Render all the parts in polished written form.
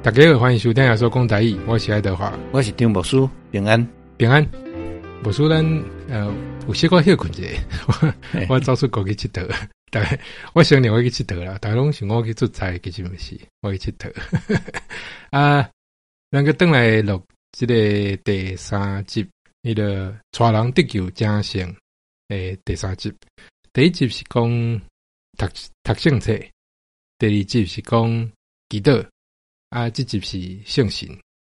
大家好，欢迎收听亚说公台语，我是爱德华， 我是张牧师，平安平安。牧师咱有小可休困者，我早出国去佚佗，大概我想念我去佚佗啦，大家拢想我去出差，其实毋是，我去佚佗。啊，咱个转来录这个第3集，迄个带人得救正成诶第3集。第一集是讲读圣册，第2集是讲祈祷。啊，这集是圣神。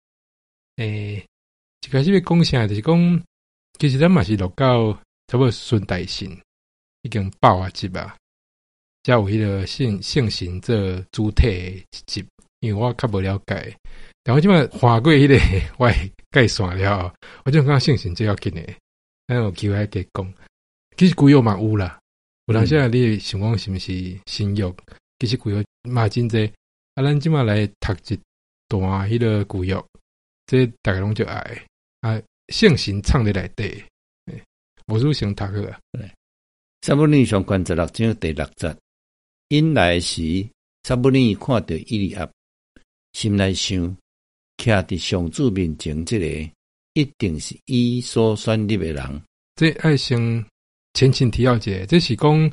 一开始要讲啥，就是讲，其实咱嘛是录到差不多顺带神，已经8集啊，才有迄个圣神这主体的一集，因为我较无了解，但我即摆划过迄个我介绍了，我就讲圣神最要紧的，咱有机会加讲。其实旧约嘛有啦，有当时你想讲是毋是新约，其实旧约嘛真济。啊，咱即马来读一段迄个旧约，这大家拢就爱啊，圣神藏在内底，无如先读好啊。 撒母耳上卷16章第6节，因来时，撒母耳看到以利亚，心内想，徛伫上主面前，这个一定是伊所选立的人。 这爱先前情提要者，这是讲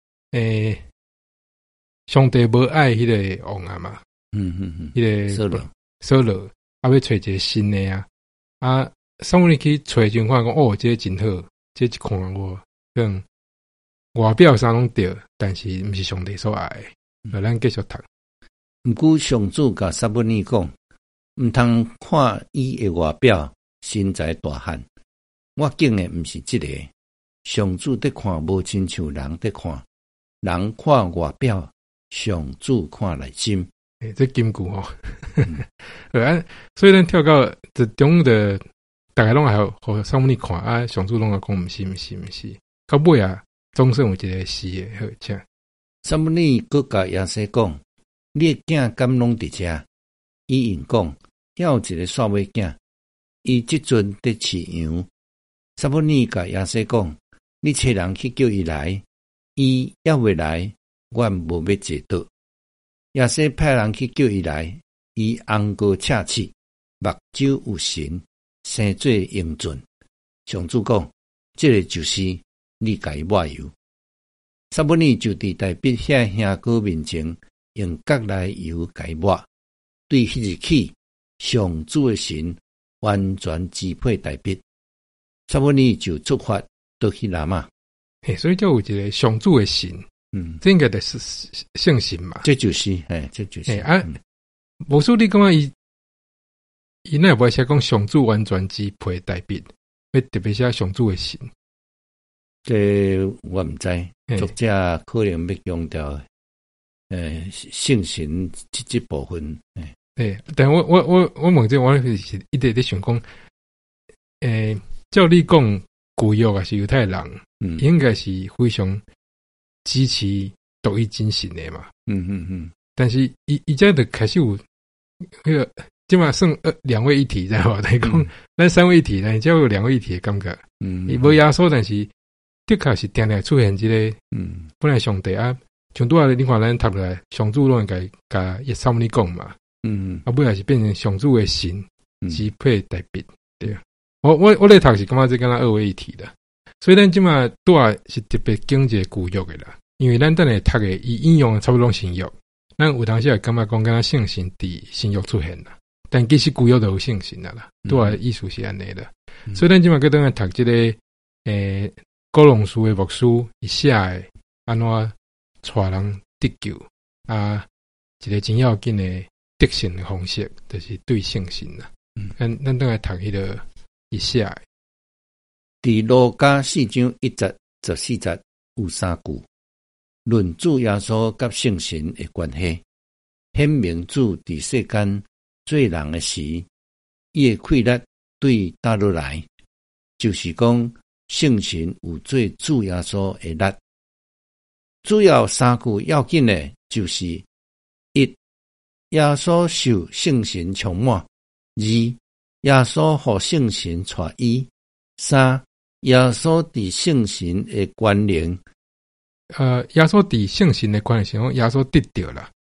上帝无爱迄个王啊嘛，迄个扫罗，啊要找一个新的啊，撒母耳去找情况讲，哦，这个真好，这一看我，外表啥拢对，但是毋是上帝所爱的，咱继续读。 毋过上主甲撒母耳讲，毋通看伊的外表，身材大汉，我敬的毋是这个，上主在看无亲像人在看，人看外表。上主看内心， 这金句吼，所以咱跳到这中的大家拢还互撒母耳看啊，上主拢讲毋是，到尾啊，总算有一个是的，好请。 撒母耳佮甲亚西讲，你的囝敢拢伫遮？伊应讲，要有一个煞尾囝，伊即阵伫饲羊。撒母耳甲亚西讲，你找人去叫伊来，伊要未来。阮无要坐倒，亚西派人去叫伊来，伊红高赤齿，目睭有神，生做英俊。上主讲，这个就是你甲伊抹油。撒母耳就伫大笔遐兄哥面前，用角来油甲伊抹。对迄日起，上主的神完全支配大笔。撒母耳就出发倒去拉玛。 所以就有一个上主的神。这应该就是圣神嘛， 这就是无说你感觉伊那也不会写讲上主完全支配大笔，要特别写上主的神。 这我毋知，作者可能要强调圣神这部分。 但我问这我是一直在想讲，照你讲旧约还是犹太人，应该是非常。支持独一真神的嘛，但是伊这就开始有那个，即嘛算2位一体，知道吧？等于讲咱3位一体，但是有2位一体的感觉。伊无耶稣，但是的确是定定出现这个，本来上帝啊，像拄仔你看咱读落来，上主拢会甲耶稣你讲嘛，尾也是变成上主的神支配代笔，对啊。我咧读是感觉这跟他2位一体的。所以咱即马拄仔是特别经这旧约的啦，因为咱等下读的伊引用差不多新约，咱有当时也感觉讲敢若圣神伫新约出现啦，但其实旧约都有圣神啦，拄仔意思是安尼的。所以咱即马搁等下读这个哥罗西的牧师伊写的安怎带人得救啊，一个真要紧的得胜的方式，就是对圣神啦。咱等下读迄个伊写的。 伫路加4章1节14节有3句，论主耶稣甲圣神的关系，显明主伫世间做人的时，伊的气力对倒落来，就是讲圣神有做主耶稣的力。主要3句要紧的，就是1，耶稣受圣神充满；2，耶稣互圣神带伊；3，耶稣伫圣神的关联， 耶稣伫圣神的关联，耶稣得着啦。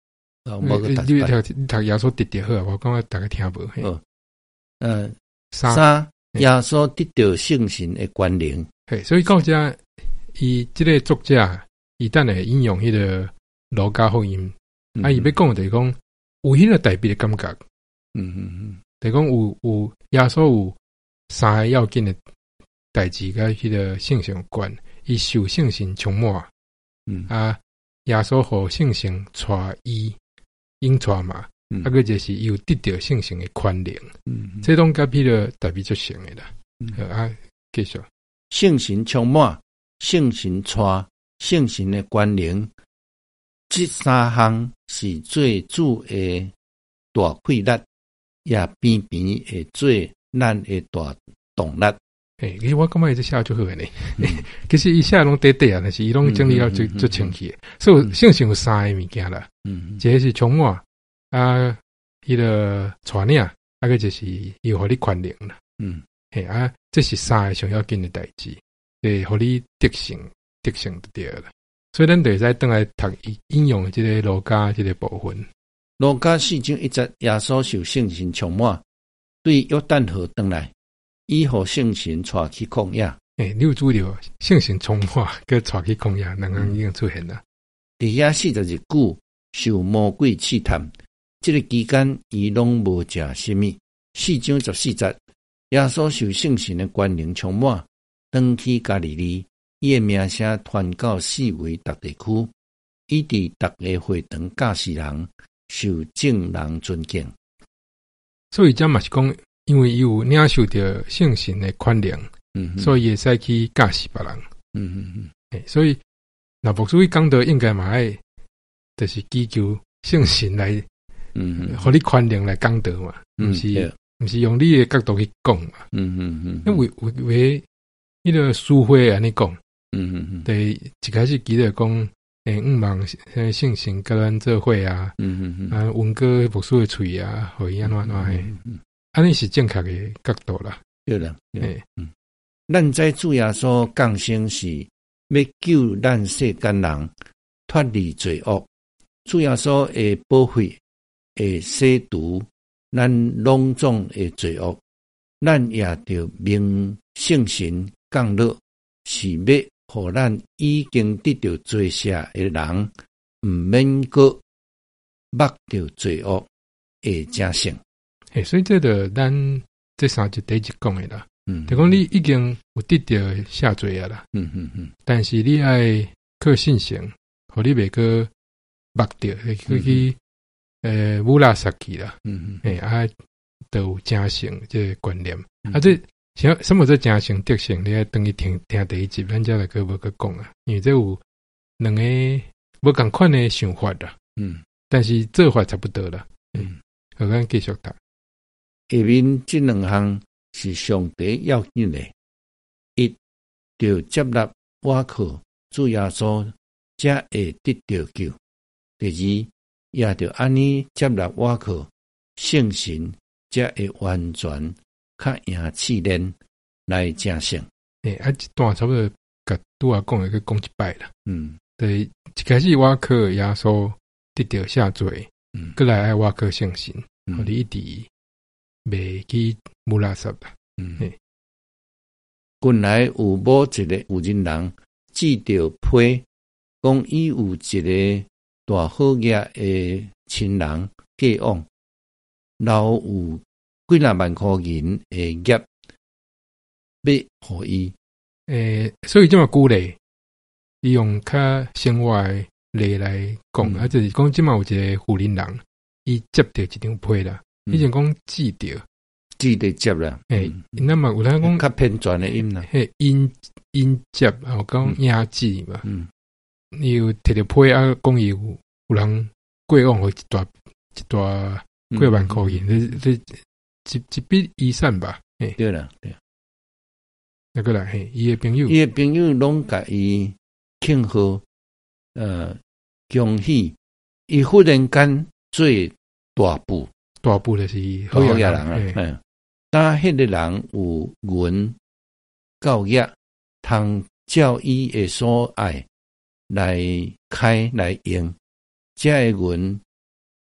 你读耶稣得着好啊，我感觉大家听无。 三耶稣得到圣神的关联。 所以到这，伊这个作者，伊等下引用迄个路加福音，伊要讲就是讲有迄个特别的感觉。就是讲有耶稣有三个要紧的代志，甲迄个圣神有关。伊受圣神充满，耶稣互圣神带伊引带嘛，个就是有得到圣神的宽容。这种甲迄个特别足成的啦。继续， 圣神充满，圣神带，圣神的关联，这三项是最主的大气力，也偏偏会做咱的大动力。 其实我感觉伊这写就好呢。其实伊写拢短短啊，但是伊拢整理了最清晰。所以圣神有三个物件啦，一个是充满迄个带领，个就是伊互你宽容啦。这是三个上要紧的代志，互你得胜就对了。所以咱就会使倒来读引用这个路加这个部分。 路加4章1节，耶稣受圣神充满，对约旦河倒来。伊互圣神带去旷野。 你有注意到圣神充满跟带去旷野两个已经出现了。 伫遐40日久受魔鬼试探，这个期间伊拢无食什么。4章14节，耶稣受圣神的关联充满，登去加利利，伊的名声传到四围各地区，伊伫各个会堂教示人，受众人尊敬。 所以这嘛是讲，因为伊有领受着圣神的宽容，所以会使去教示别人。所以那牧师讲到应该嘛爱，就是祈求圣神来，互你宽容来讲道嘛，毋是用你的角度去讲嘛。因为迄个书会安尼讲，对，一开始记得讲，毋望圣神甲咱做伙啊，闻过牧师的喙啊，互伊安怎诶。安尼是正确的角度啦， 对啦。咱在主耶稣降生是要救咱世间人脱离罪恶，主耶稣会保血，会洗除咱拢总的罪恶，咱也着明圣神降落，是要互咱已经得到罪赦的人，毋免阁目着罪恶的正性。 所以这个咱这三节第一讲的啦，就讲你已经有得到下罪啊啦，但是你爱靠信心，互你袂个目着去乌拉萨去啦，都有正性这个观念。这什么叫正性德性？你要等于听第一集，咱才来个无个讲啊，因为这有两个无共款的想法啦，但是做法差不多啦，好，咱继续读。 下面这两项是上帝要紧的：一，就接纳我靠主耶稣，才会得到救；第二，也就安尼接纳我靠圣神，才会完全较赢试炼来正胜。 一段差不多甲拄仔讲的去讲一摆啦。对，一开始我靠耶稣得到下罪，过来爱我靠圣神，互你一直袂去穆拉萨啦。 本来有某一个有人人记着批，讲伊有一个大好业的亲人过往，然后有几若万块银的业要互伊。 所以这么鼓励，伊用较生活的例来讲，就是讲即嘛有一个富人人，伊接着一张批啦。以前讲记着接啦， 那么有人讲较偏转的音啦， 音接我讲压记嘛，你有摕着批啊，讲伊有人过往互一大几万块银，这一笔遗产吧， 对啦，对。 那个啦，伊的朋友拢甲伊庆贺，恭喜，伊忽然间做大步就是好野人啊！但迄个人有文教业，通照伊的所爱来开来用，这个文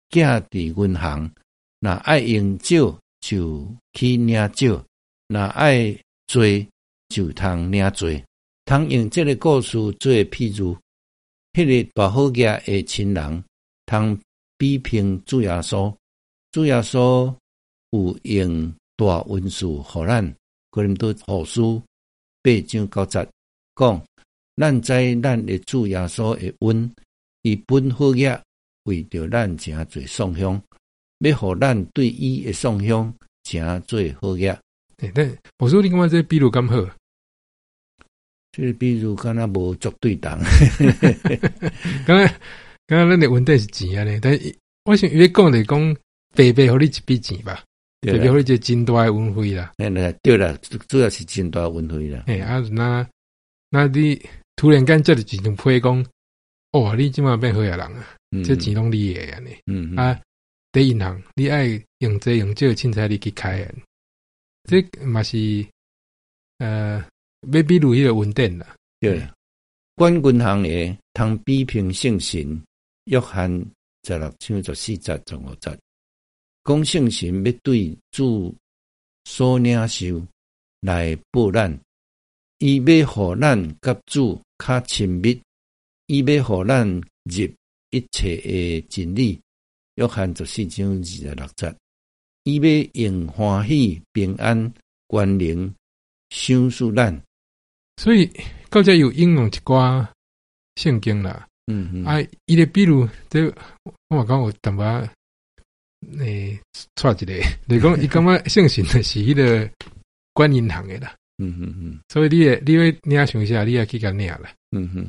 寄伫银行，若爱用少就去领少，若爱做就通领做。通用这个故事做譬如，迄个大好业的亲人，通比拼主耶稣。主耶稣有用大文字互咱，哥林多后书8章9节讲，咱知咱的主耶稣的恩，伊本好业为着咱诚侪送香，要互咱对伊的送香诚侪好业。 但我说你感觉这比如咁好？ 这比如敢若无作对当。 刚刚咱的问题是钱啊呢，但我想伊讲的讲白白互你一笔钱吧，白白互你一个真大的运费啦。 对啦，主要是真大的运费啦。 那你突然间接着一张批讲，哦，你即马变好野人啊，这钱拢你的安尼。在银行你爱用这用少，凊彩你去开啊，这嘛是要比如迄个稳定啦。 对，管银行的通比拼圣神，约翰16章14节15节，讲圣神要对主所领受来报咱，伊要互咱甲主较亲密，伊要互咱入一切的真理。约翰14章26节，伊要用欢喜平安关灵赏赐咱。 所以到这有应用一寡圣经啦。伊的比如这我讲有淡薄错一个，就是讲伊感觉圣神是迄个管银行的啦。所以你要领想一下，你要去甲领啦。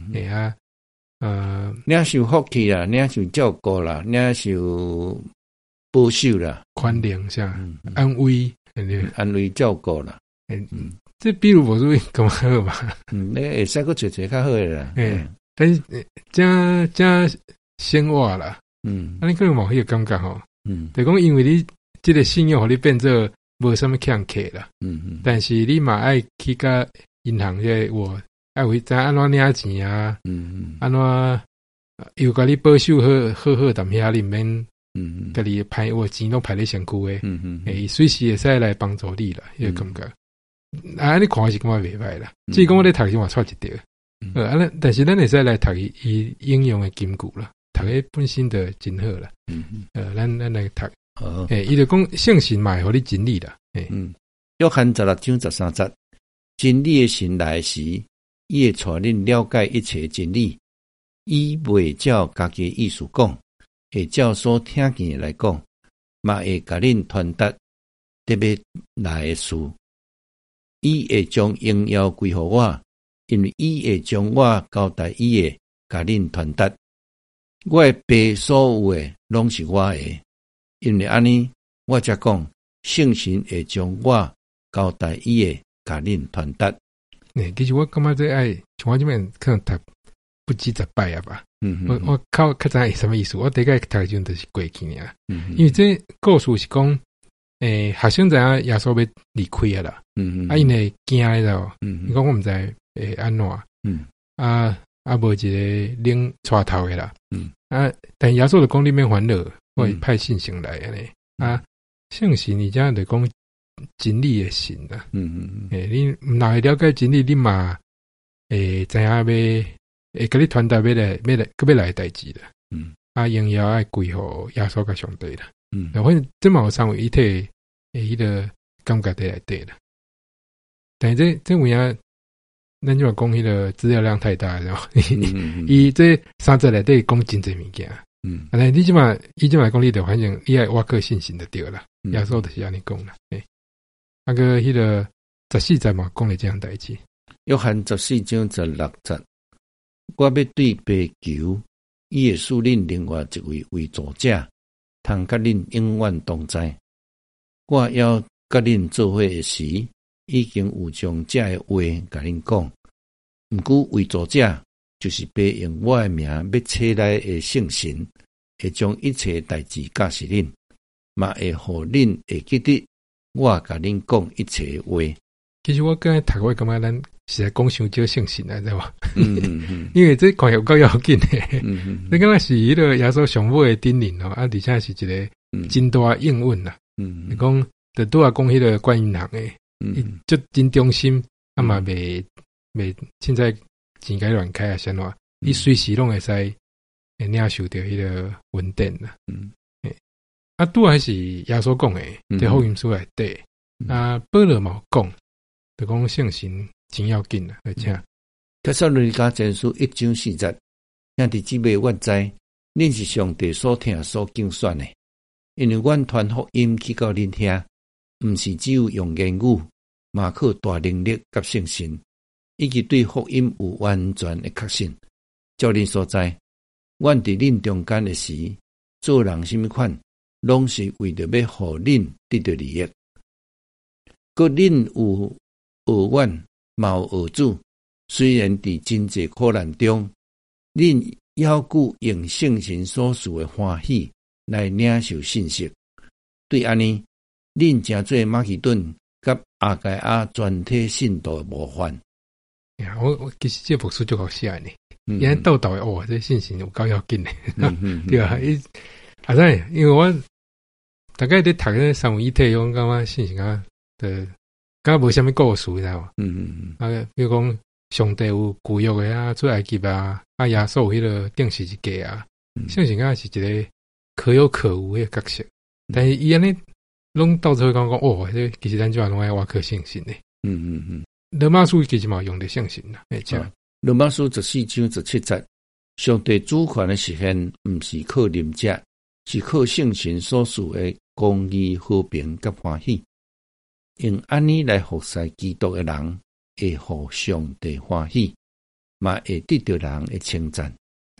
领受福气啦，领受照顾啦，领受保守啦， 宽谅下，安慰， 安慰照顾啦。 这比如无属于咁好嘛？ 你会使个做较好诶啦。 但是真生活啦。你可能冇迄个感觉吼。就讲因为你这个信用互你变做无什么欠客啦。但是你嘛爱去甲银行这我爱为知安怎领钱啊？安怎又甲你保守好淡遐里面，甲你排我钱拢排咧身躯诶。随时会使来帮助你啦，迄个感觉。你看是感觉袂歹啦，只是讲我咧读是嘛错一条。但是咱会使来读伊应用的金句啦，读个本身的真好啦。咱来读。伊就讲圣神嘛会互你真理啦。 约翰16章13节，真理的神来时，伊会带恁了解一切真理。伊袂照家己意思讲，会照所听见来讲，嘛会甲恁传达特别来的事。伊会将荣耀归互我，因为伊会将我交代伊的，甲恁传达。我的爸所有的拢是我的，因为安尼，我才讲圣神会将我交代伊的，甲恁传达。 其实我感觉这爱，像我这边可能读不止10摆啊吧。我较知什么意思？我第一个读就就是过去尔。因为这故事是讲。学生知影耶稣要离开啊啦，因为惊咧咯，你讲我毋知会安怎，无一个领带头的啦，但耶稣就讲你免烦恼，我会派信神来安尼，圣神而家就讲真理的神啦，你若会了解真理，你嘛知影要会甲你传达要来代志啦，荣耀爱归互耶稣甲上帝啦。反正这嘛有三位一体迄个感觉在内底啦。但是这有影，咱就讲迄个资料量太大，然后伊这三者内底讲真侪物件。但你即嘛讲你的，反正你爱挖个信心就对啦。耶稣就是安尼讲啦。个迄个14节嘛讲了这样代志。 约翰14章16节，我要对爸求，伊会使恁另外一位为助者。通甲恁永远同在，我要甲恁做伙的时，已经有将这个话甲恁讲。毋过为助者，就是爸用我的名要册来的圣神，会将一切代志教示恁，嘛会互恁会记得我甲恁讲一切话。 其实我刚才读，我感觉咱是在讲伤少圣神啊，知道吧？因为这看有够要紧诶。你刚才是迄个耶稣上尾诶叮咛哦，而且是一个真大应允啦。你讲就拄啊讲迄个观音堂诶，就真忠心，啊嘛袂凊彩钱解乱开啊，啥话，伊随时拢会使领受到迄个稳定啦。啊，拄还是耶稣讲诶，伫福音书内底啊，保罗嘛讲，就讲圣神真要紧啦，而且。 帖撒罗尼迦前书1章4节，兄弟姊妹，我知恁是上帝所听所拣选的，因为阮传福音去到恁遐，毋是只有用言语，嘛靠大能力甲圣神，以及对福音有完全的确信。照恁所在，阮伫恁中间的时，做人什么款，拢是为着要互恁得到利益。佮恁有学阮，嘛有学主。虽然伫真济苦难中，恁要顾用圣神所赐的欢喜来领受信息。对安尼，恁诚做马其顿甲阿盖亚全体信徒的模范。 我其实这部书就好写呢，因为豆豆哦，这信心有够要紧的，对啊，因为我大概在读那三位一体，我感觉信心啊的，感觉无啥物故事，知道吗？比如讲。上帝有旧约的啊，出埃及啊，耶稣有迄个定十字架啊，圣神啊是一个可有可无的角色，但是伊安尼拢到处讲哦，这其实咱就拢爱挖靠圣神的。罗马书其实嘛用的圣神啦， 罗马书14章17节，上帝主权的实现，毋是靠人者，是靠圣神所赐的公义、和平甲欢喜，用安尼来服侍基督的人。会互上帝欢喜，嘛会得到人的称赞。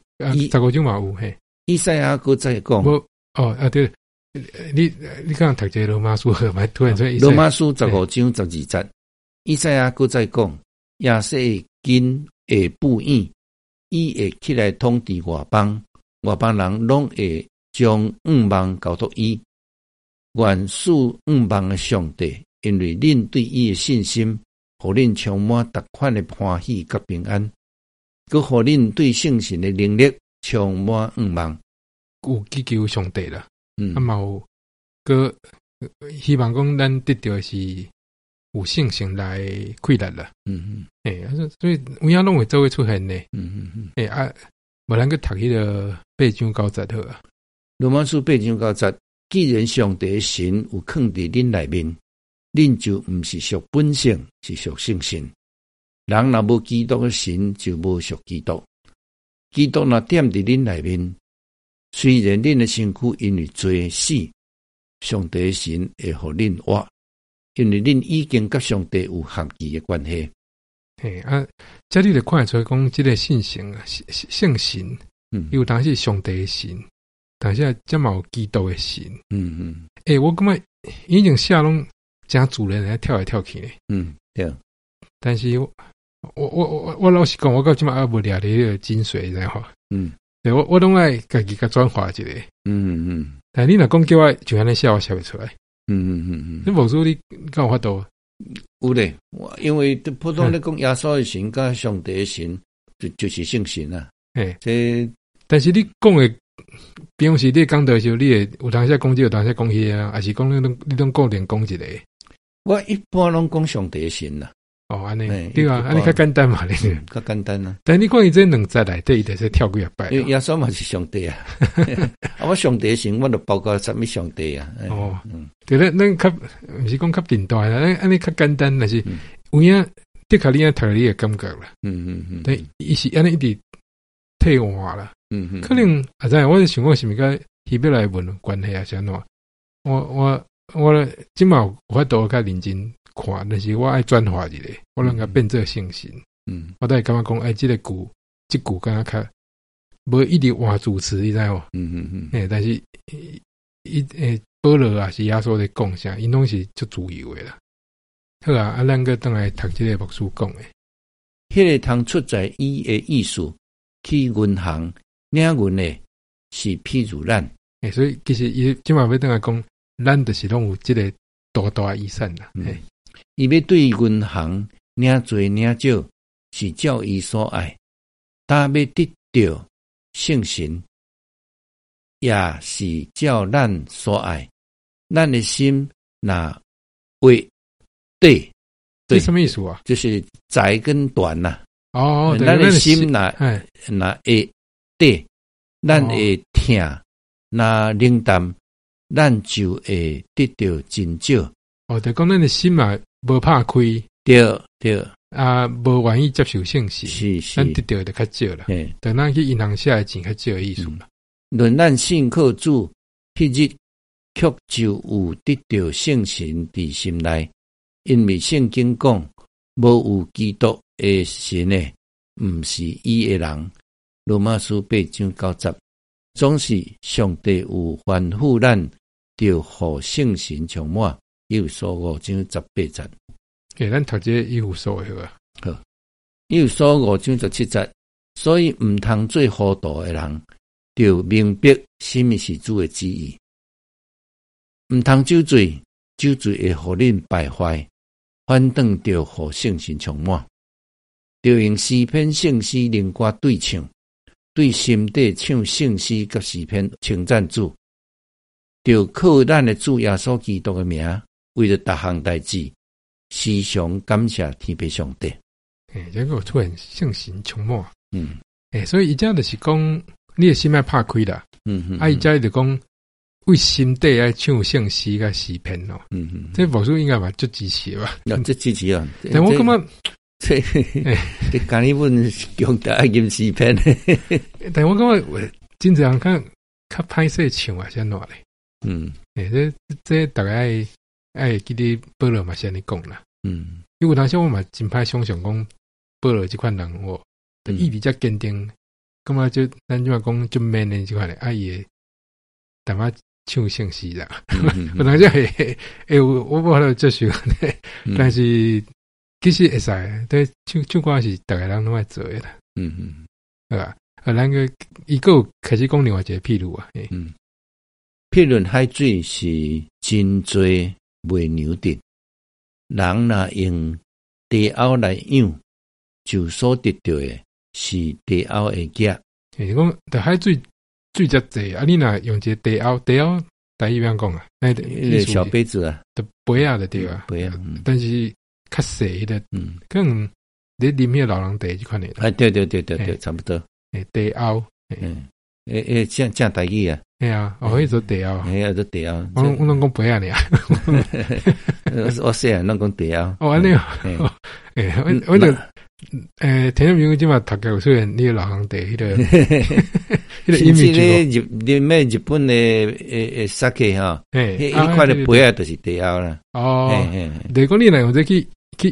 15章嘛有嘿。 以赛亚搁再讲， 对，你刚读这罗马书，嘛突然说罗马书15章12节，以赛亚搁再讲，亚瑟今会布衣，伊会起来统治外邦，外邦人拢会将五望交托伊，愿属五望的上帝，因为恁对伊的信心。互恁充满逐款的欢喜甲平安，佮互恁对圣神的能力充满愿望， 有祈求上帝啦，嘛有佮希望讲咱得到是有圣神来馈力啦，所以有影拢会做会出现呢，无咱去读迄个8章9节好啊， 罗马书8章9节，既然上帝的神有藏伫恁内面。恁就毋是属本性，是属圣神。人若无基督的神，就无属基督。基督若踮伫恁内面，虽然恁的身躯因为罪死，上帝的神会互恁活，因为恁已经甲上帝有合意的关系。 这里就看出来讲，这个信神啊，圣神，有当时上帝的神，但是这嘛有基督的神。我感觉已经写拢。真主人来跳来跳去咧， 对。 但是我老实讲，我到即马也无掠迄个精髓，知道哈？对我拢爱家己甲转化一下，但你若讲叫我就安尼写，我写不出来，你无说你敢有法度？ 有咧，因为普通咧讲耶稣的神甲上帝的神，就是圣神啊。 但是你讲的。比方是你讲的时候，你会有当时讲这个，有当时讲迄个啊，还是讲你拢固定讲一个？ 我一般拢讲上帝的神啦。 安尼对啊，安尼较简单嘛，你较简单啊。 但你看伊这两节内底，伊就是跳几啊摆。 耶稣嘛是上帝啊，我上帝的神，我就包括什么上帝啊？ 对咧，咱较毋是讲较简单啦，安尼较简单，但是有影的确你读你的感觉啦。但伊是安尼一直替换啦。可能我是想讲是毋是甲希伯来文有关系啊？是安怎？我即嘛有法度较认真看，但是我爱转化一个，我能够变做圣神。我都会感觉讲，这个句敢若较无一直换主词，你知无？但是保罗啊是耶稣咧讲啥，因拢是足自由的啦。好啊，咱个等来读这个牧师讲的， 迄个通出在伊的意思，去银行。领运的是譬如咱， 所以其实伊即嘛要等下讲，咱就是拢有即个大大遗产啦。 伊要对银行领多领少是照伊所爱，但要得到圣神，也是照咱所爱。咱的心若为对， 这什么意思啊？ 就是窄跟短呐。 哦， 咱的心若会对，咱会听，若冷淡，咱就会得到真少。 哦，就讲咱的心嘛，无拍开， 对啊，无愿意接受圣事， 是， 咱得到就较少啦。等咱去银行下的钱较少的意思啦。 论咱信靠主，迄日却就有得到圣神伫心内，因为圣经讲，无有基督的神呢，毋是伊的人。罗马书8章90，总是上帝有吩咐咱，着互圣神充满。以弗所5章18节。 咱读这以弗所好啊。 好，以弗所5章17节，所以毋通做糊涂的人，着明白什么是主的旨意。毋通酒醉，酒醉会互恁败坏，反倒着互圣神充满。着用诗篇圣诗灵歌对唱，对心底唱圣诗甲诗篇称赞主。着靠咱的主耶稣基督的名，为了逐项代志，时常感谢天父上帝。 这个突然圣神充满。所以伊遮就是讲，你的心要拍开啦。伊遮就讲，为心底爱唱圣诗甲诗篇咯。这牧师应该嘛足支持吧？ 这支持啊！ 但我感觉你讲一本强大爱吟诗篇。 但我感觉真正较歹势唱啊，是安怎咧？这大概爱记得保罗嘛，是安尼讲啦。因为当时我嘛真歹想象讲保罗这款人，我意志遮坚定，感觉就咱即话讲就 man 的这款的，伊会淡仔唱圣诗啦。我当时我无法度接受，但是其实会使，对唱歌是大家人拢爱做的啦。对吧？咱个伊个开始讲另外一个譬如啊。 譬如海水是真多袂牛的，人若用地凹来养，就所得到的是地凹的价。 是讲在海水遮济啊，你若用一个地凹，台语怎讲啊？那个小杯子啊， 的杯啊的对啊， 杯啊。但是较细的，可能你啉迄老人茶这款的。 对，差不多。 地凹。 正台语啊。 系啊，可以做地凹。 系啊，做地凹。 我拢讲杯啊，你啊。 我细汉拢讲地凹。 安尼啊。我就听众朋友即嘛读教虽然你老人茶迄个， 甚至咧日本的sake 哈，迄块的杯啊，就是地凹啦。 你讲你若用这去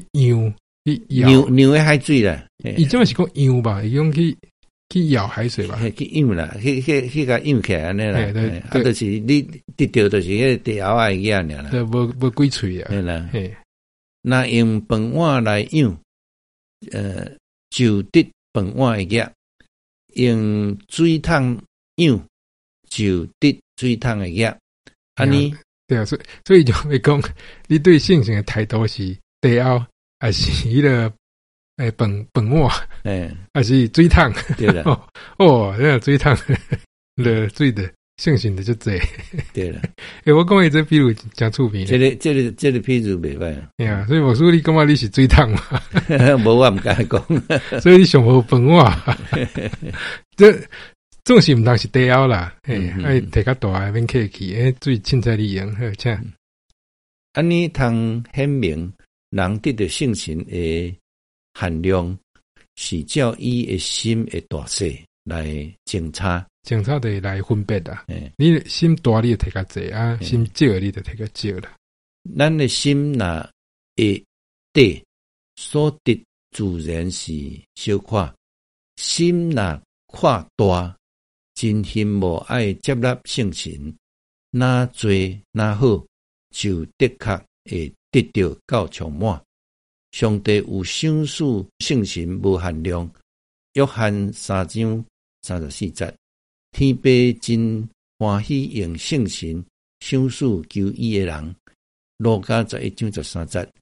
舀的海水啦。 伊即嘛是讲舀吧，伊用去舀海水吧， 去舀啦，去甲舀起来安尼啦。就是你得到就是迄个地凹啊个尔啦。 对，无几喙啊。 对啦。那用饭碗来舀。就得饭碗的额，用水桶舀就得水桶的额。安尼对啊，所以就会讲，你对性情的态度是地凹，还是迄个饭碗，还是水桶？ 对啦。 那个水桶了水的。性情的就这， 对了。 我讲伊这比如讲出名， 这个譬如袂歹。 呀，所以我说你感觉你是水桶嘛？ 无我唔敢讲， 所以你上无饭碗。这总是唔当是地凹啦，爱摕较大诶免客气，水凊彩利用，好请。 安尼通显明人得到性情诶含量，是照伊诶心诶大小来检查。 警察得来分别啦。你心大你就摕较济啊，心少你就摕较少啦。 咱的心若会对所得自然是小可，心若看大，真心无爱接纳圣神，哪做哪好，就的确会得到够充满。上帝有赏赐圣神无限量，约翰3章34节。天父真欢喜用圣神赏赐求伊的人。路加11章13节，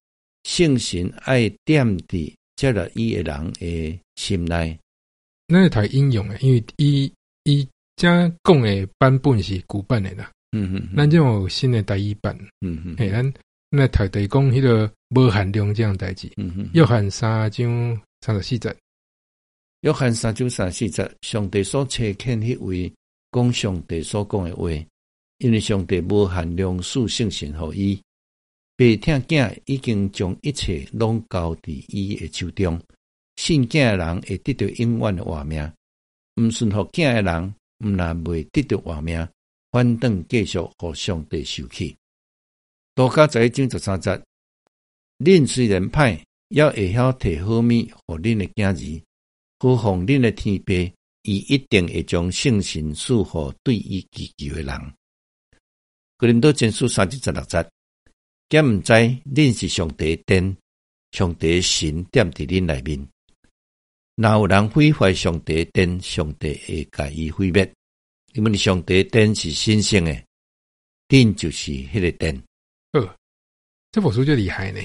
圣神爱点伫接了伊诶人诶心内。 那个台应用诶，因为伊遮讲诶版本是古版诶啦。咱这有新诶台语版。嘿，咱那台讲迄个无限量这样代志。约翰3章34节。 约翰3章34节，上帝所差遣迄位讲上帝所讲诶话，因为上帝无限量赐圣神互伊。爸疼囝已经将一切拢交伫伊诶手中，信囝诶人会得到永远诶活命，毋顺服囝诶人，毋但袂得到活命，反倒继续互上帝受气。路加11章13节，恁虽然歹，也会晓摕好物互恁诶囝儿，何况恁诶天父，伊一定会将圣神赐互对伊祈求诶人。哥林多前書3章16節。敢毋知恁是上帝的殿，上帝的神踮伫恁内面。若有人毁坏上帝的殿，上帝会甲伊毁灭，因为上帝的殿是神圣的，恁就是迄个殿。 这本书就厉害呢。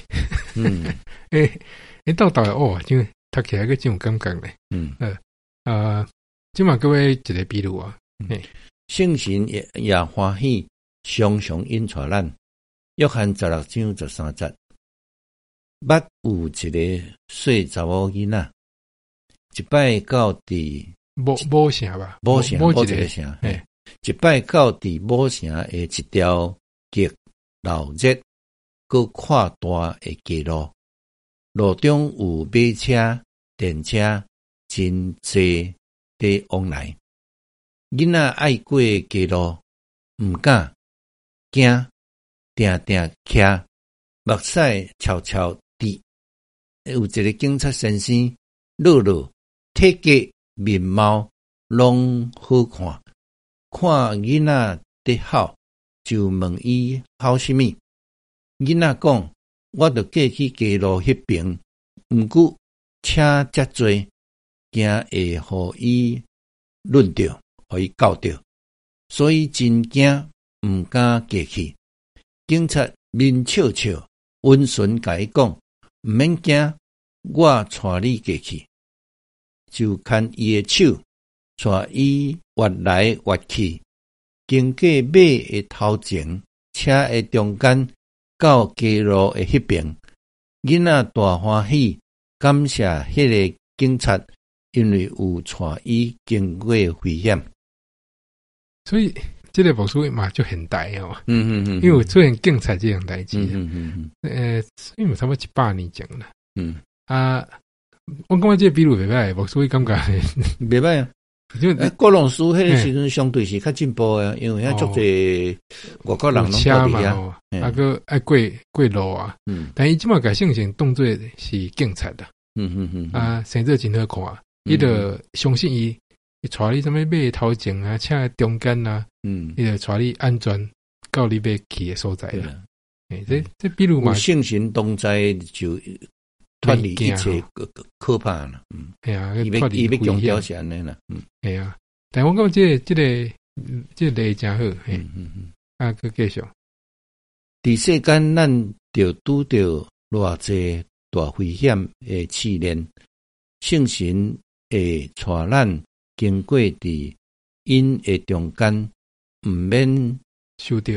到哦，就读起来个真有感觉咧。即嘛各位一个比如啊， 圣神也欢喜，常常引带咱。约翰16章13節，捌有一個細查某囡仔，一擺到佇某城吧， 某城一個城，一擺到佇某城的一條極鬧熱、閣闊大的街路，路中有馬車、電車，真濟地往來。囡仔愛過街路，毋敢驚。定定徛，目屎悄悄滴。有一個警察先生，落體格面貌攏好看，看囡仔在哭，就問伊哭什麼。囡仔講：我著過去街路迄邊，毋過車遮多，驚會互伊論着，互伊咬着，所以真驚，毋敢過去。警察面笑笑，溫順甲伊講：毋免驚，我帶你過去。就牽伊的手，帶伊越來越去，經過馬的頭前，車的中間，到街路的迄邊。囡仔大歡喜，感謝迄個警察，因為有帶伊經過危險。 所以这个部书嘛就很大哦，因为有出现警察这样代志，因为差不多100年前了，我感觉这比如袂歹，部书感觉袂歹啊。就国龙书迄个时阵相对是较进步啊，因为遐足侪外国人拢过去啊， 个爱过路啊，但伊即马改性情动作是警察的，生做真好看，伊就相信伊带你什么马头前啊，车中间啊，伊就带你安全到你要去的所在啦。这比如嘛， 性情同在就脱离一切可怕啦。 系啊， 伊要强调是安尼啦。 系啊，但我感觉这个例真好。佮继续。 伫世间，咱就拄着偌济大危险的试炼，圣神会带咱经过伫因的中间，毋免受到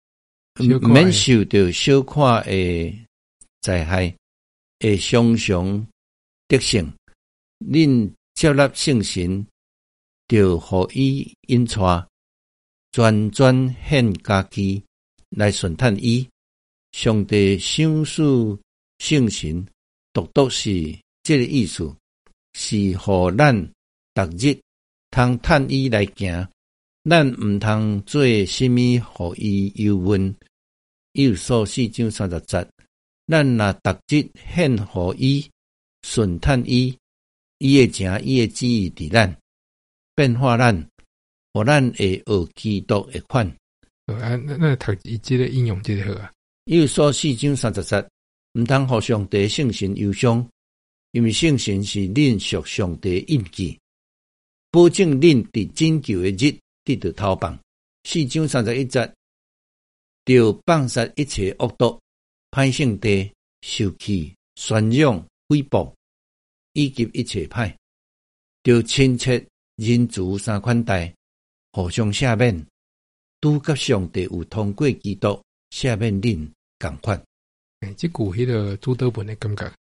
小可的灾害，会常常得胜。恁接纳圣神，就互伊引带，全献家己来顺探伊。上帝赏赐圣神，独是这个意思，是互咱逐日通探伊来行。咱毋通做什么，互伊忧闷。以弗所4章30節，咱若逐日獻互伊，順探伊，伊會情伊會旨意佇咱，變化咱，互咱會學基督的款。 那讀伊即個應用即個好啊。 以弗所4章30節，毋通互上帝聖神憂傷，因為聖神是恁屬上帝的印記，保證恁佇拯救的日得到頭棒。4章31節，就放殺一切惡毒、歹性地、 受气、宣扬、诽谤，以及一切歹，就亲切、仁慈、三款待，互相赦免，拄甲上帝有通过基督赦免恁共款。 即句迄个主祷文的感觉，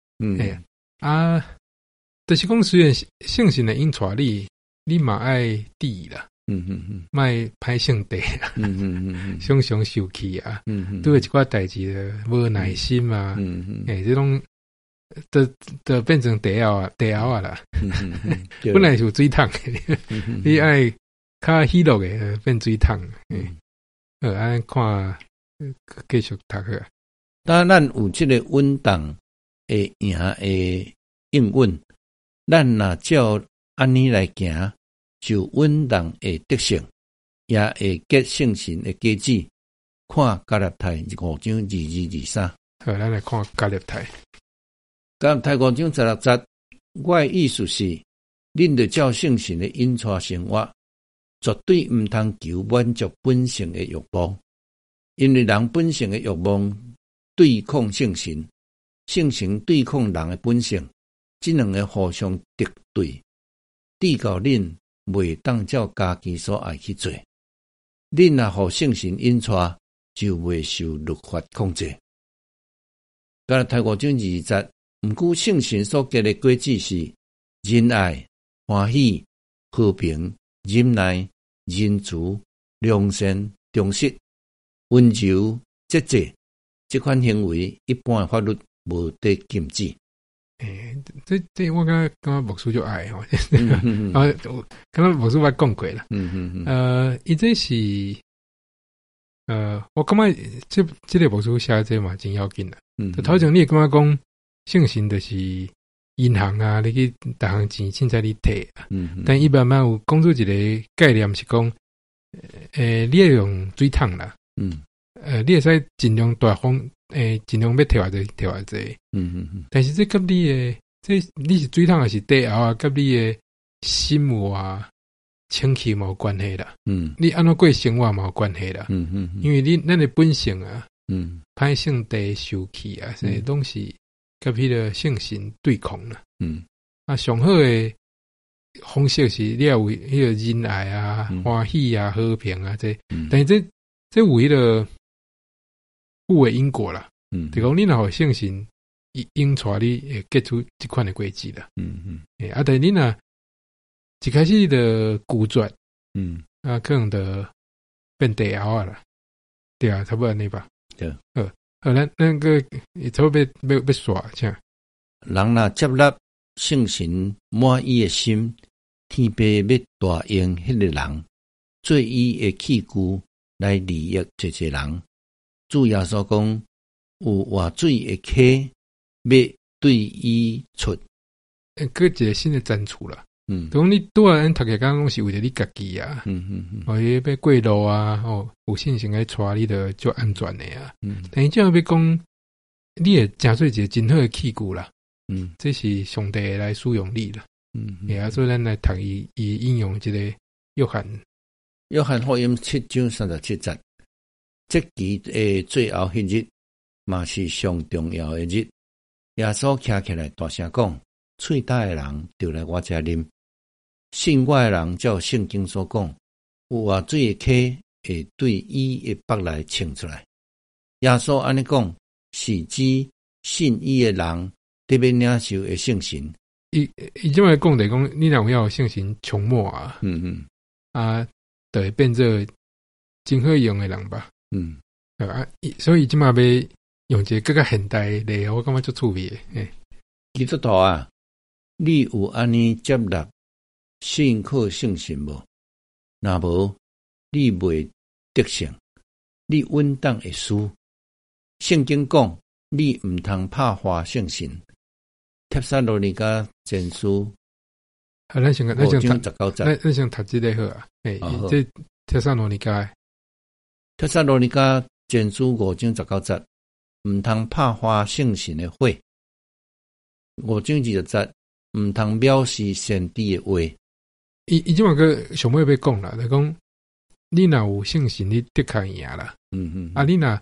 就是讲虽然圣神的引带你嘛爱抵啦，莫歹性地啦，常常受气啊，拄有一寡代志的无耐心啊，这种就变成地后啊啦，本来是水桶的，你爱较喜乐的变水桶，安看继续读去。 当咱有这个稳当会赢的应允，咱若照安尼来行，就稳当会得胜，也会结圣神的果子。看加勒太5章22-23。 好，咱来看加勒太。 加勒太5章16节，我的意思是，恁着照圣神的引带生活，绝对毋通求满足本性的欲望，因为人本性的欲望对抗圣神，圣神对抗人的本性，这两个互相敌对，抵到恁袂当照家己所爱去做。恁若互圣神引带，就袂受律法控制。加拉太5章20节，毋过圣神所结的果子是仁爱、欢喜、和平、忍耐、仁慈、良善、忠实、温柔、节制。这款行为一般法律无得禁止。 这我感觉牧师就爱吼，刚刚牧师捌讲过啦。伊这是我感觉这个牧师写这嘛真要紧啦。头前你感觉讲圣神就是银行啊，你去逐项钱凊彩你摕啊。但伊慢慢有讲出一个概念是讲，你要用水桶啦。你会使尽量大方，尽量要摕偌济摕偌济。但是这甲你的，这你是水桶还是地后啊？甲你的心活清气冇关系啦。你安怎过生活冇关系啦。因为咱的本性啊，歹性地受气啊，这些东西甲迄个圣神对抗啦。上好的方式是你要有迄个仁爱啊、欢喜啊、和平啊这，但是这有迄个互为因果啦，就讲你若互圣神引带你会结出这款的果子啦，但是你若一开始的固执，可能的变地后啊啦，对啊，差不多安尼吧， 对， 咱个差不多要耍，像人若接纳圣神满意的心，天父要大用迄个人做伊的器具来利益这些人。主耶稣讲，有活水的溪要对伊出， 个一个新的赞助啦。讲你拄啊，读起刚讲是为了你家己啊，或者要过路啊，有信心来带你的就安全的啊。但是这样要讲，你也真做一个真好的器具啦。这是上帝来使用你啦。所以咱来读伊应用这个约翰福音7章37节。这期的最后迄日，嘛是上重要的日。耶稣徛起来大声讲：喙焦的人就来我这啉，信我的人，照圣经所讲，有活水的溪会对伊的腹内冲出来。耶稣安尼讲，是指信伊的人特别领受的圣神。 伊这么讲的讲，你若要圣神充满啊，就会变做真好用的人吧。所以即嘛要用一个更加现代的，我感觉足趣味的。 基督徒啊，你有安尼接纳信靠圣神无？若无，你袂得胜，你稳当会输。圣经讲，你毋通拍花圣神。帖撒罗尼迦前书咱先 5章19节， 咱先读这个好啊。这帖撒罗尼迦。 帖撒罗尼迦前书5章19节，毋通拍花圣神的火。5章20节，毋通藐视先知的话。 伊即马个上尾要讲啦，就讲你若有圣神，你的确赢啦。你若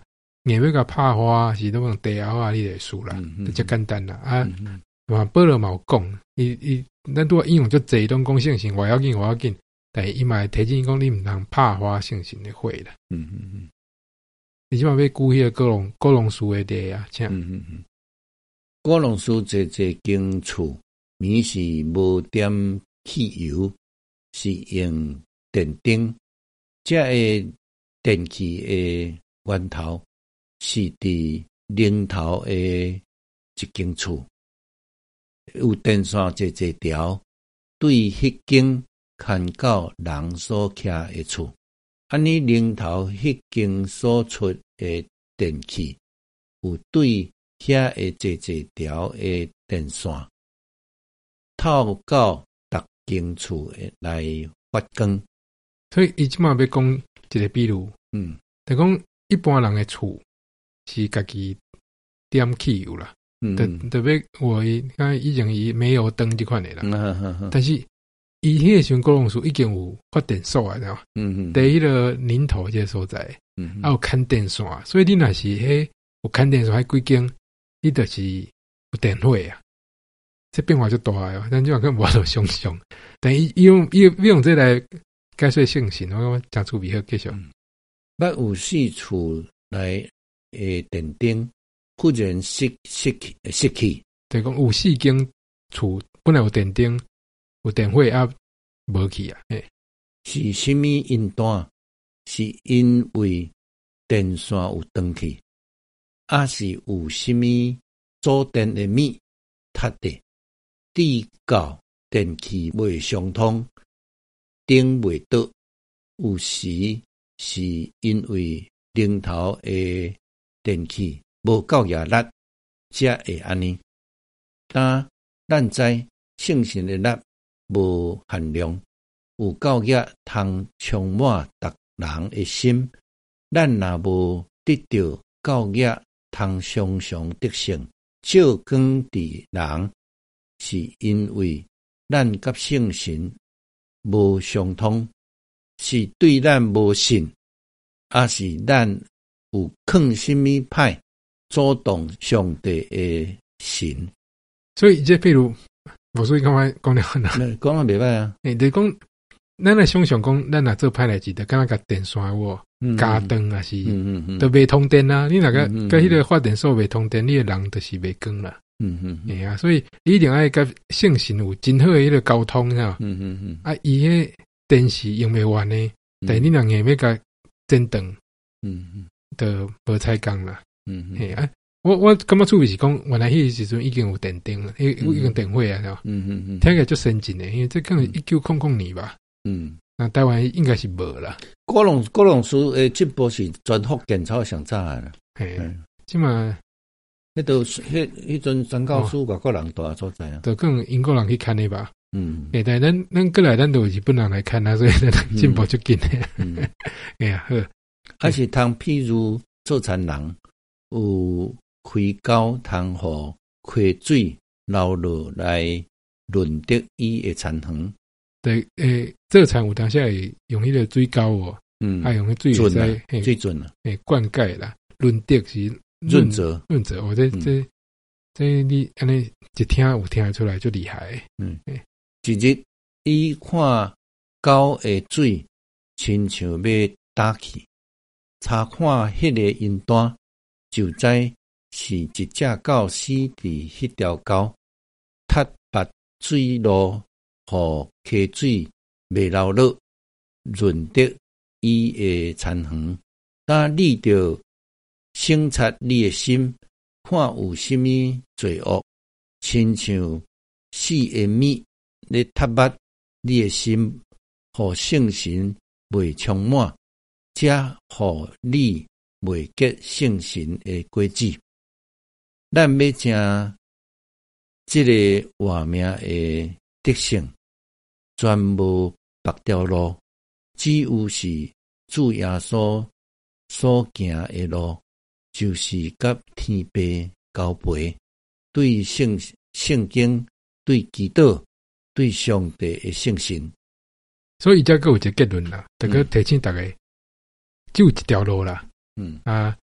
硬要甲拍花是那种地后啊，你就会输啦，就较简单啦啊。嘛，保罗嘛有讲，咱拄应用足侪拢讲性情，我要紧，但是伊嘛会提醒讲你毋通拍花性情的火啦。你即马要估迄个高龙树的地啊， 高龙树坐间厝，面是无点汽油，是用电灯。这个电器的源头是伫林头的一间厝，有电线一条，对迄间牵到人所徛的厝。安尼林头迄间所出的电器，有对遐的一条的电线，透到逐间厝来发光。 所以伊即马要讲一个比如，就讲一般人的厝是家己点汽油啦，特别我看以前伊煤油灯即款的啦，但是伊迄个时阵高龙树已经有发电所啊，对吧？第迄个林头这个所在，有牵电线，所以你若是迄有牵电线迄几间，伊就是有电火啊，这变化就大哦。咱即马可无法度想象，但伊用这来解说性情，我讲出比较继续。 捌有四厝来电灯忽然熄去， 就讲有四间厝本来有电灯。有电火啊，无去啊， 是虾米因端？是因为电线有断去，还是有虾米做电的米塌的？地到电器未相通，灯未倒。有时是因为零头的电器无够热力，才会安尼。但咱知性情的力。无限量，有够热，通充满逐人的心。咱若无得到够热，通常常得胜，照光伫人，是因为咱甲圣神无相通，是对咱无信，还是咱有藏什么歹阻挡上帝的神？ 所以这譬如。无所以讲了很难， 讲了袂歹啊！ 就讲，咱来想象讲，咱若做歹代志，就敢若甲电线有加灯啊，是，都未通电啊。你若个甲迄个发电所未通电，你个人就是袂光啦。哎啊，所以你一定爱甲圣神有真好的迄个沟通啊。啊，伊迄电视用袂完呢，但你若硬要甲真灯，就无采光啦。嘿啊。我感觉趣味是讲，原来迄个时阵已经有电灯了，已经电火啊，对吧？听起来就先进的，因为这可能1900年吧。那台湾应该是无啦。 高龙树的进步是全福建超上早啦。 即嘛， 迄阵宣教书外国人大所在啊， 就更英国人去看的吧。但咱过来，咱都日本人来看啊，所以咱进步就紧的。哎呀，好， 还是通譬如做田人有。开沟通互溪水流落来润得伊的田园。 对，做田有当时会用迄个水沟哦，还用迄水在水准啦， 灌溉啦，润得是润泽。 我这你安尼一听有听得出来就厉害。 一日伊看沟的水，亲像要打去，查看迄个因端，就知。是一只狗死伫迄条沟，踢拔水路，互溪水未流落，润得伊的田园。当你着省察你的心，看有什么罪恶，亲像死的米咧踢拔你的心，互圣神未充满，才互你未结圣神的果子。咱要正这个活命的德性，全无别条路，只有是主耶稣所行的路，就是甲天父交陪，对圣经、对基督、对上帝的信心。 所以这个有一个结论啦，这个提醒大家，只有一条路啦。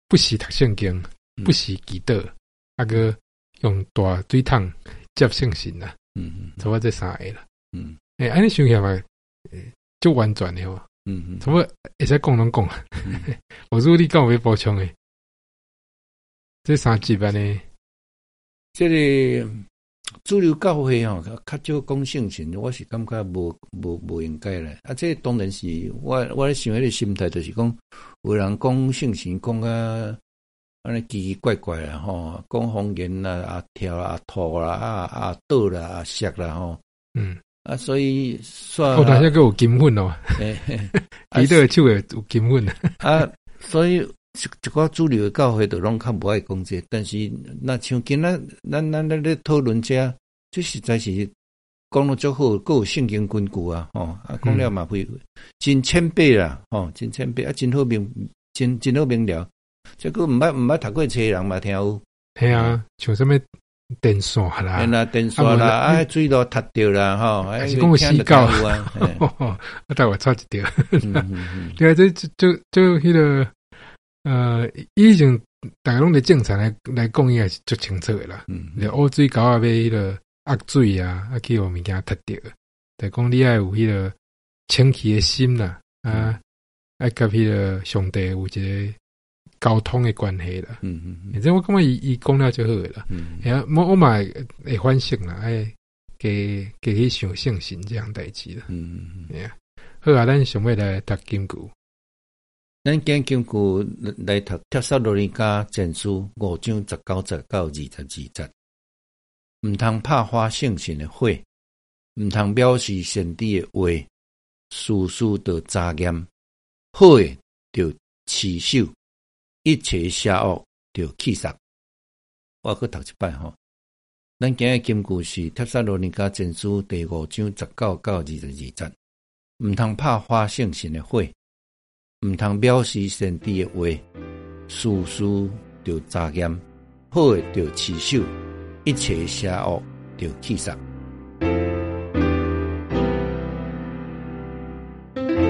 不是读圣经，不是祈祷，个用大水桶接圣神啦。差不多这三个啦。安尼想起来嘛，就完全的哦。差不多会使讲拢讲。我如果你讲有要补充的，这三集安尼， 这个主流教会吼，较少讲圣神，我是感觉无应该咧。这当然是我咧想迄个心态，就是讲有人讲圣神讲啊，安尼奇奇怪怪啦吼，讲方言啦，跳啦，吐啦，倒啦，摔啦吼。所以说，大家个有金粉哦，祈祷手诶有金粉所以一寡主流的教会都拢较无爱讲这，但是那像今仔咱咧讨论这实在是讲了足好，够有圣经根据啊，讲了嘛会真谦卑啦，真谦卑真好真好明了，这个毋捌读过册人嘛听有， 系啊，像什么电线啦， 电线啦，水路塌掉啦， 还是讲个死狗啊，我带我插一条，对啊，这就迄个。以前大家拢在正常来讲，伊也是足清楚的啦。乌水沟啊，要迄个压水啊，去有物件踢着。但讲你爱有迄个清气的心啦，爱甲迄个上帝有一个沟通的关系啦。反正我感觉伊讲了就好诶啦。我嘛会反省啦，爱给去想圣神这样代志啦。好啊，咱想要来读金句。 咱今经句来读帖撒罗尼迦前书5章19节到22节，毋通拍花圣神的火，毋通藐视先知的话，事事着查验，好的着持守，一切邪恶着弃杀。我搁读一摆吼，咱今日经句是帖撒罗尼迦前书第5章19到22节，毋通拍花圣神的火。毋通藐視先知的話，事事着查驗，好的着持守，一切邪惡着棄殺。